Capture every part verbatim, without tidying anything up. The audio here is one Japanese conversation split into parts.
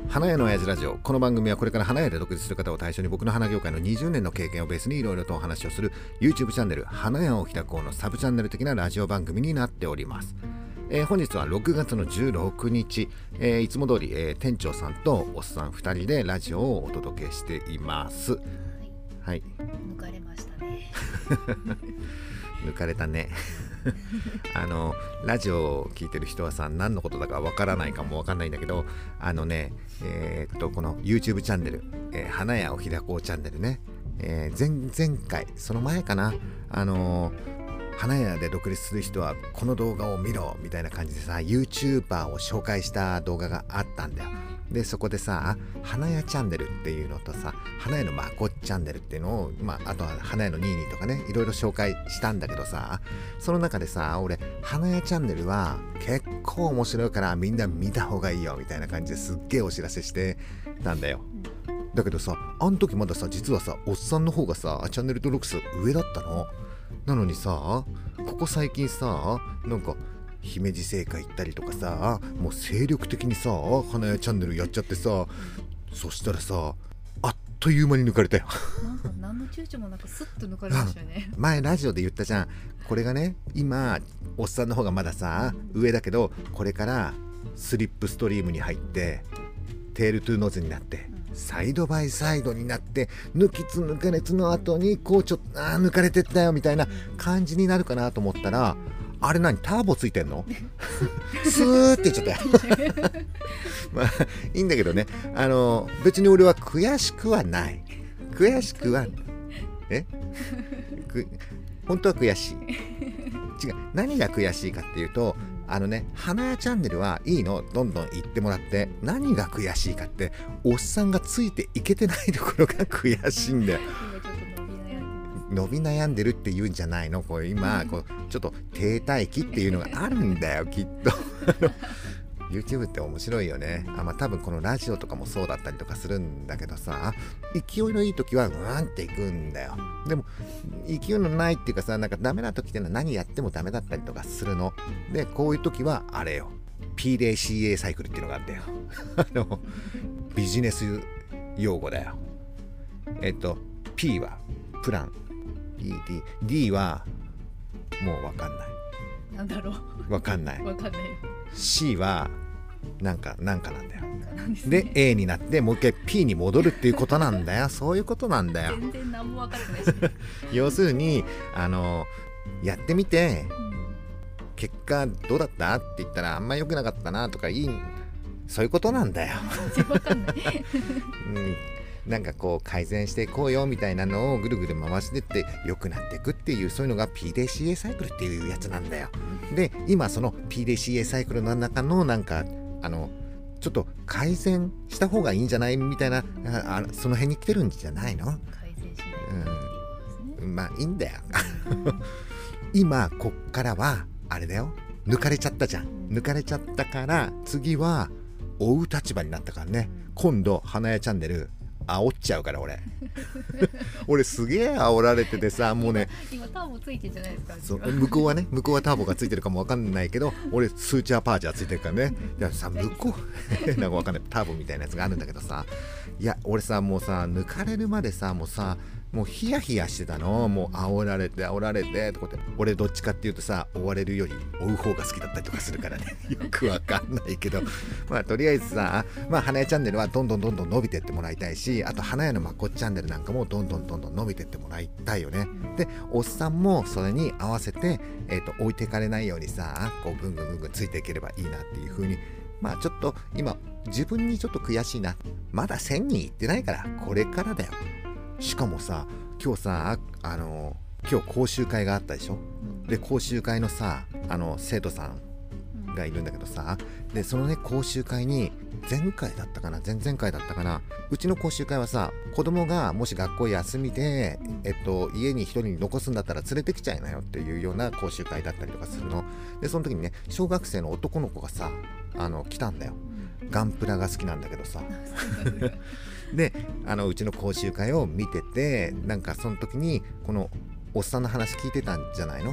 花屋の親父ラジオ。この番組はこれから花屋で独立する方を対象に僕の花業界のにじゅうねんの経験をベースにいろいろとお話をする YouTube チャンネル花屋を開こうのサブチャンネル的なラジオ番組になっております。えー、本日はろくがつのじゅうろくにち、えー、いつも通り、えー、店長さんとおっさんふたりでラジオをお届けしています。はい、はい、 抜かれましたね抜かれたねあのラジオを聞いてる人はさ、何のことだかわからないかもわかんないんだけど、あのねえー、っとこの YouTube チャンネル、えー、花屋を開こうチャンネルね、えー、前々回その前かな、あのー花屋で独立する人はこの動画を見ろみたいな感じでさ、 YouTuber を紹介した動画があったんだよ。でそこでさ、花屋チャンネルっていうのとさ、花屋のまこチャンネルっていうのを、まあ、あとは花屋のニーニーとかね、いろいろ紹介したんだけどさ、その中でさ、俺花屋チャンネルは結構面白いからみんな見た方がいいよみたいな感じですっげえお知らせしてたんだよ。だけどさ、あの時まださ、実はさ、おっさんの方がさチャンネル登録数上だったの。なのにさ、ここ最近さ、なんか姫路製菓行ったりとかさ、もう精力的にさ花屋チャンネルやっちゃってさ、そしたらさ、あっという間に抜かれたよなんか何の躊躇もなくスッと抜かれましたよね前ラジオで言ったじゃん。これがね、今おっさんの方がまださ上だけど、これからスリップストリームに入ってテールトゥーノーズになってサイドバイサイドになって、抜きつ抜かれつの後にこうちょっとあー抜かれてったよみたいな感じになるかなと思ったら、あれ何ターボついてんのスーって言っちゃったよまあいいんだけどね、あの別に俺は悔しくはない悔しくはえく本当は悔しい。違う、何が悔しいかっていうと、あのね、花屋チャンネルはいいの、どんどん言ってもらって、何が悔しいかって、おっさんがついていけてないところが悔しいんだよ。伸び悩んでるっていうんじゃないの、これ今こうちょっと停滞期っていうのがあるんだよきっとYouTube って面白いよね。あ、まあ、多分このラジオとかもそうだったりとかするんだけどさ、勢いのいい時はうーんっていくんだよ。でも勢いのないっていうかさ、なんかダメな時ってのは何やってもダメだったりとかするので、こういう時はあれよ、 ピー で シーエー サイクルっていうのがあるんだよあのビジネス用語だよ。えっと P はプラン、 ピーディー、 D はもうわかんない、 なんだろうわかんないわかんない。 C はなんかなんかなんだよ。 で、 で A になってもう一回 P に戻るっていうことなんだよ。そういうことなんだよ。 全然何も分かってないし、ね、 要するにあのやってみて、うん、結果どうだったって言ったらあんま良くなかったなとか、いい、そういうことなんだよ全然分かんない、 うん、なんかこう改善していこうよみたいなのをぐるぐる回してって良くなっていくっていう、そういうのが ピー で シーエー サイクルっていうやつなんだよ。で今その ピー で シーエー サイクルの中のなんかあのちょっと改善した方がいいんじゃないみたいな、ああその辺に来てるんじゃないの。 改善しないとっていうことですね、 うん、まあいいんだよ今こっからはあれだよ、抜かれちゃったじゃん。抜かれちゃったから次は追う立場になったからね。今度花屋チャンネル煽っちゃうから俺俺すげえ煽られててさ、もうね今ターボついてんじゃないですか。 そう向こうはね、向こうはターボがついてるかもわかんないけど、俺スーチャーパーチャーついてるからね。いやさ、向こうなんかわかんないターボみたいなやつがあるんだけどさ、いや俺さもうさ抜かれるまでさ、もうさもうヒヤヒヤしてたの。もう煽られて煽られてとかって、俺どっちかっていうとさ、追われるより追う方が好きだったりとかするからねよくわかんないけどまあとりあえずさ、まあ花屋チャンネルはどんどんどんどん伸びてってもらいたいし、あと花屋のまこチャンネルなんかもどんどんどんどん伸びてってもらいたいよね。でおっさんもそれに合わせて、えーと、置いてかれないようにさ、こうぐんぐんぐんぐんついていければいいなっていう風に、まあちょっと今自分にちょっと悔しいな。まだせんにんいってないからこれからだよ。しかもさ、今日さ、あの今日講習会があったでしょ。で講習会のさ、あの生徒さんがいるんだけどさ、でそのね講習会に前回だったかな前々回だったかな、うちの講習会はさ、子供がもし学校休みで、えっと、家に一人残すんだったら連れてきちゃいなよっていうような講習会だったりとかするので、その時にね小学生の男の子がさ、あの来たんだよ。ガンプラが好きなんだけどさであのうちの講習会を見てて、なんかその時にこのおっさんの話聞いてたんじゃないの。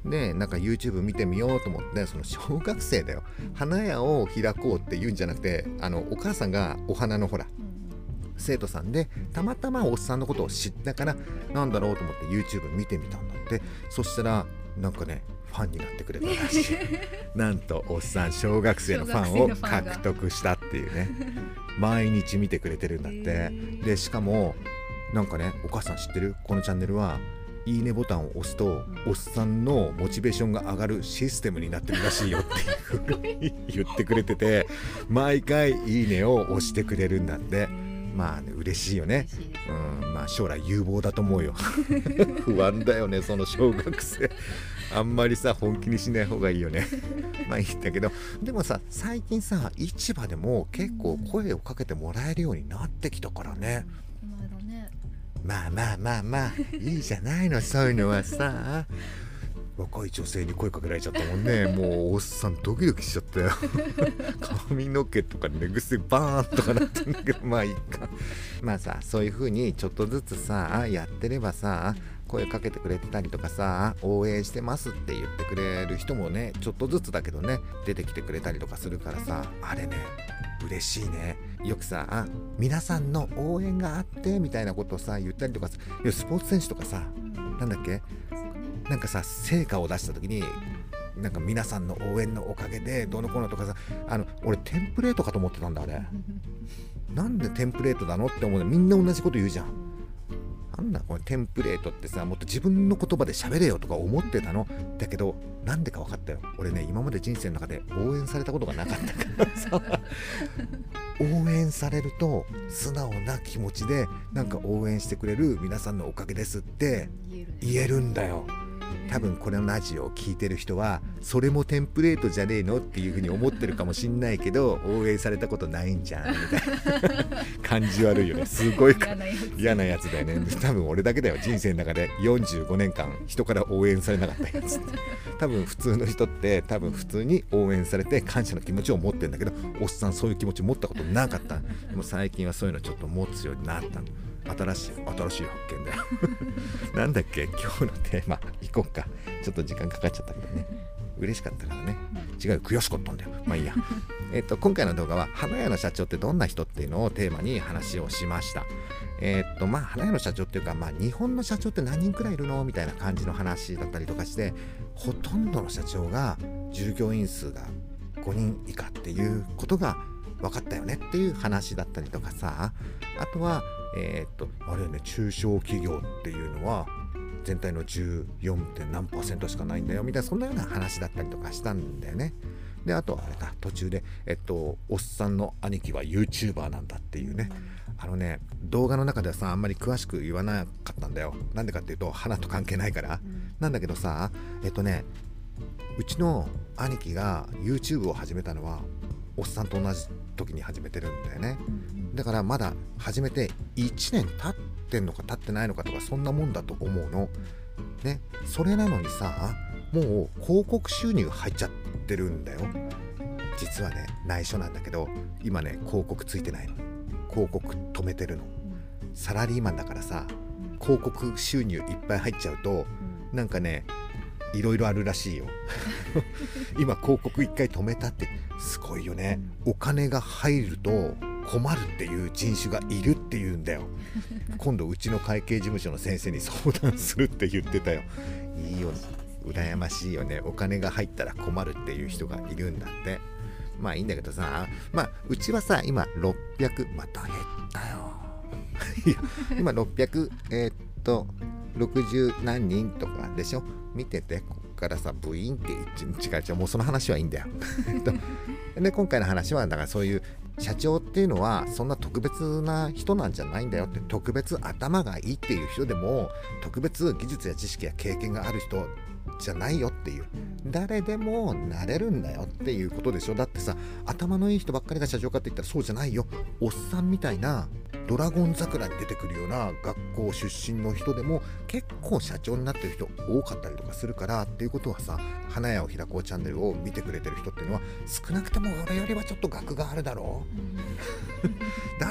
でなんか YouTube 見てみようと思って、その小学生だよ、花屋を開こうって言うんじゃなくて、あのお母さんがお花のほら生徒さんで、たまたまおっさんのことを知ったからなんだろうと思って YouTube 見てみたんだって。そしたらなんかねファンになってくれたらしいなんとおっさん小学生のファンを獲得したっていうね毎日見てくれてるんだって。でしかもなんかね、お母さん知ってる？このチャンネルはいいねボタンを押すとおっさんのモチベーションが上がるシステムになってるらしいよっていうふうに言ってくれてて、毎回いいねを押してくれるんだって。まあね、嬉しいよね。うん、まあ将来有望だと思うよ不安だよね、その小学生あんまりさ本気にしない方がいいよねまあいいんだけど、でもさ最近さ市場でも結構声をかけてもらえるようになってきたからね。 この間ね、 まあまあまあまあいいじゃないの、そういうのはさ。若い女性に声かけられちゃったもんね。もうおっさんドキドキしちゃったよ髪の毛とか寝癖バーンとかなってんだけどまあいいか。まあさ、そういう風にちょっとずつさやってればさ、声かけてくれてたりとかさ、応援してますって言ってくれる人もね、ちょっとずつだけどね出てきてくれたりとかするからさ、あれね嬉しいね。よくさ皆さんの応援があってみたいなことをさ言ったりとか、いやスポーツ選手とかさ、なんだっけ、なんかさ成果を出した時になんか皆さんの応援のおかげでどうのこうのとかさ、あの俺テンプレートかと思ってたんだあれなんでテンプレートなのって思うの。みんな同じこと言うじゃん。なんだこれテンプレートってさ、もっと自分の言葉で喋れよとか思ってたの。だけどなんでか分かったよ。俺ね今まで人生の中で応援されたことがなかったからさ応援されると素直な気持ちでなんか応援してくれる皆さんのおかげですって言えるんだよ。多分これのラジオを聞いてる人はそれもテンプレートじゃねえのっていう風に思ってるかもしんないけど、応援されたことないんじゃんみたいな感じ悪いよね。すごい嫌なやつだよね。多分俺だけだよ、人生の中でよんじゅうごねんかん人から応援されなかったやつ多分普通の人って多分普通に応援されて感謝の気持ちを持ってるんだけど、おっさんそういう気持ち持ったことなかった。でも最近はそういうのちょっと持つようになったの。新しい新しい発見だよなんだっけ今日のテーマ行こっか。ちょっと時間かかっちゃったけどね、嬉しかったからね。違う、悔しかったんだよ。まあいいやえっと今回の動画は花屋の社長ってどんな人っていうのをテーマに話をしました。えっとまあ花屋の社長っていうか、まあ日本の社長って何人くらいいるのみたいな感じの話だったりとかして、ほとんどの社長が従業員数がごにん以下っていうことが分かったよねっていう話だったりとかさ、あとはえー、っとあれよね、中小企業っていうのは全体のじゅうよん. 点何パーセントしかないんだよみたいな、そんなような話だったりとかしたんだよね。であとはあれだ、途中でえっとおっさんの兄貴は YouTuber なんだっていうね、あのね動画の中ではさあんまり詳しく言わなかったんだよ。なんでかっていうと花と関係ないからなんだけどさ、えっとねうちの兄貴が YouTube を始めたのはおっさんと同じ時に始めてるんだよね。だからまだ始めていちねん経ってんのか経ってないのかとかそんなもんだと思うのね。それなのにさもう広告収入入っちゃってるんだよ。実はね内緒なんだけど今ね広告ついてないの。広告止めてるの。サラリーマンだからさ広告収入いっぱい入っちゃうとなんかねいろいろあるらしいよ今広告一回止めたってすごいよね。お金が入ると困るっていう人種がいるっていうんだよ今度うちの会計事務所の先生に相談するって言ってたよ。いいよ、羨ましいよね。お金が入ったら困るっていう人がいるんだって。まあいいんだけどさ、まあうちはさ今ろっぴゃく、また減ったよいや今ろっぴゃくえー、っとろくじゅう何人とかでしょ。見ててこっからさブイーンって違う違う、もうその話はいいんだよで今回の話はだからそういう社長っていうのはそんな特別な人なんじゃないんだよって。特別頭がいいっていう人でも特別技術や知識や経験がある人じゃないよっていう、誰でもなれるんだよっていうことでしょ。だってさ頭のいい人ばっかりが社長かって言ったらそうじゃないよ。おっさんみたいなドラゴン桜に出てくるような学校出身の人でも結構社長になってる人多かったりとかするからっていうことはさ、花屋を開こうチャンネルを見てくれてる人っていうのは少なくとも俺よりはちょっと学があるだろうだったら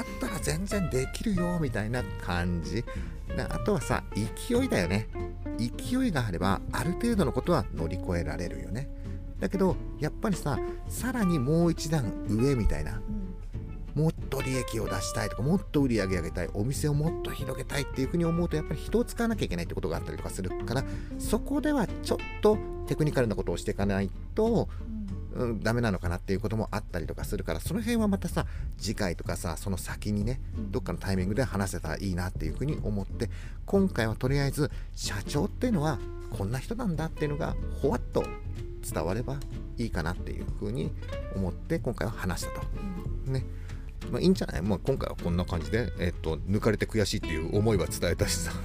全然できるよみたいな感じ。であとはさ、勢いだよね。勢いがあればある程度のことは乗り越えられるよね。だけどやっぱりさ、さらにもう一段上みたいな、もっと利益を出したいとか、もっと売り上げ上げたい、お店をもっと広げたいっていうふうに思うと、やっぱり人を使わなきゃいけないってことがあったりとかするから、そこではちょっとテクニカルなことをしていかないと、うん、ダメなのかなっていうこともあったりとかするから、その辺はまたさ、次回とかさ、その先にね、どっかのタイミングで話せたらいいなっていうふうに思って、今回はとりあえず社長っていうのはこんな人なんだっていうのがほわっと伝わればいいかなっていうふうに思って今回は話したと、ね。まあ、いいんじゃない。まあ、今回はこんな感じで、えっと、抜かれて悔しいっていう思いは伝えたしさ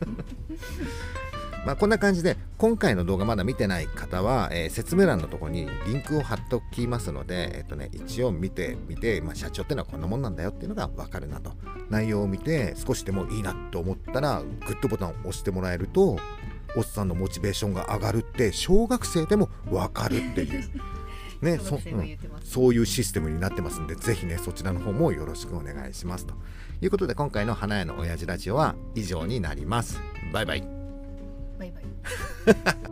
まあこんな感じで、今回の動画まだ見てない方は、えー、説明欄のところにリンクを貼っときますので、えっとね、一応見てみて、まあ、社長ってのはこんなもんなんだよっていうのが分かるなと。内容を見て少しでもいいなと思ったらグッドボタンを押してもらえると、おっさんのモチベーションが上がるって小学生でも分かるっていうね、そ, うん、そういうシステムになってますんで、ぜひねそちらの方もよろしくお願いしますということで、今回の花屋の親父ラジオは以上になります。バイバイ。 バイバイ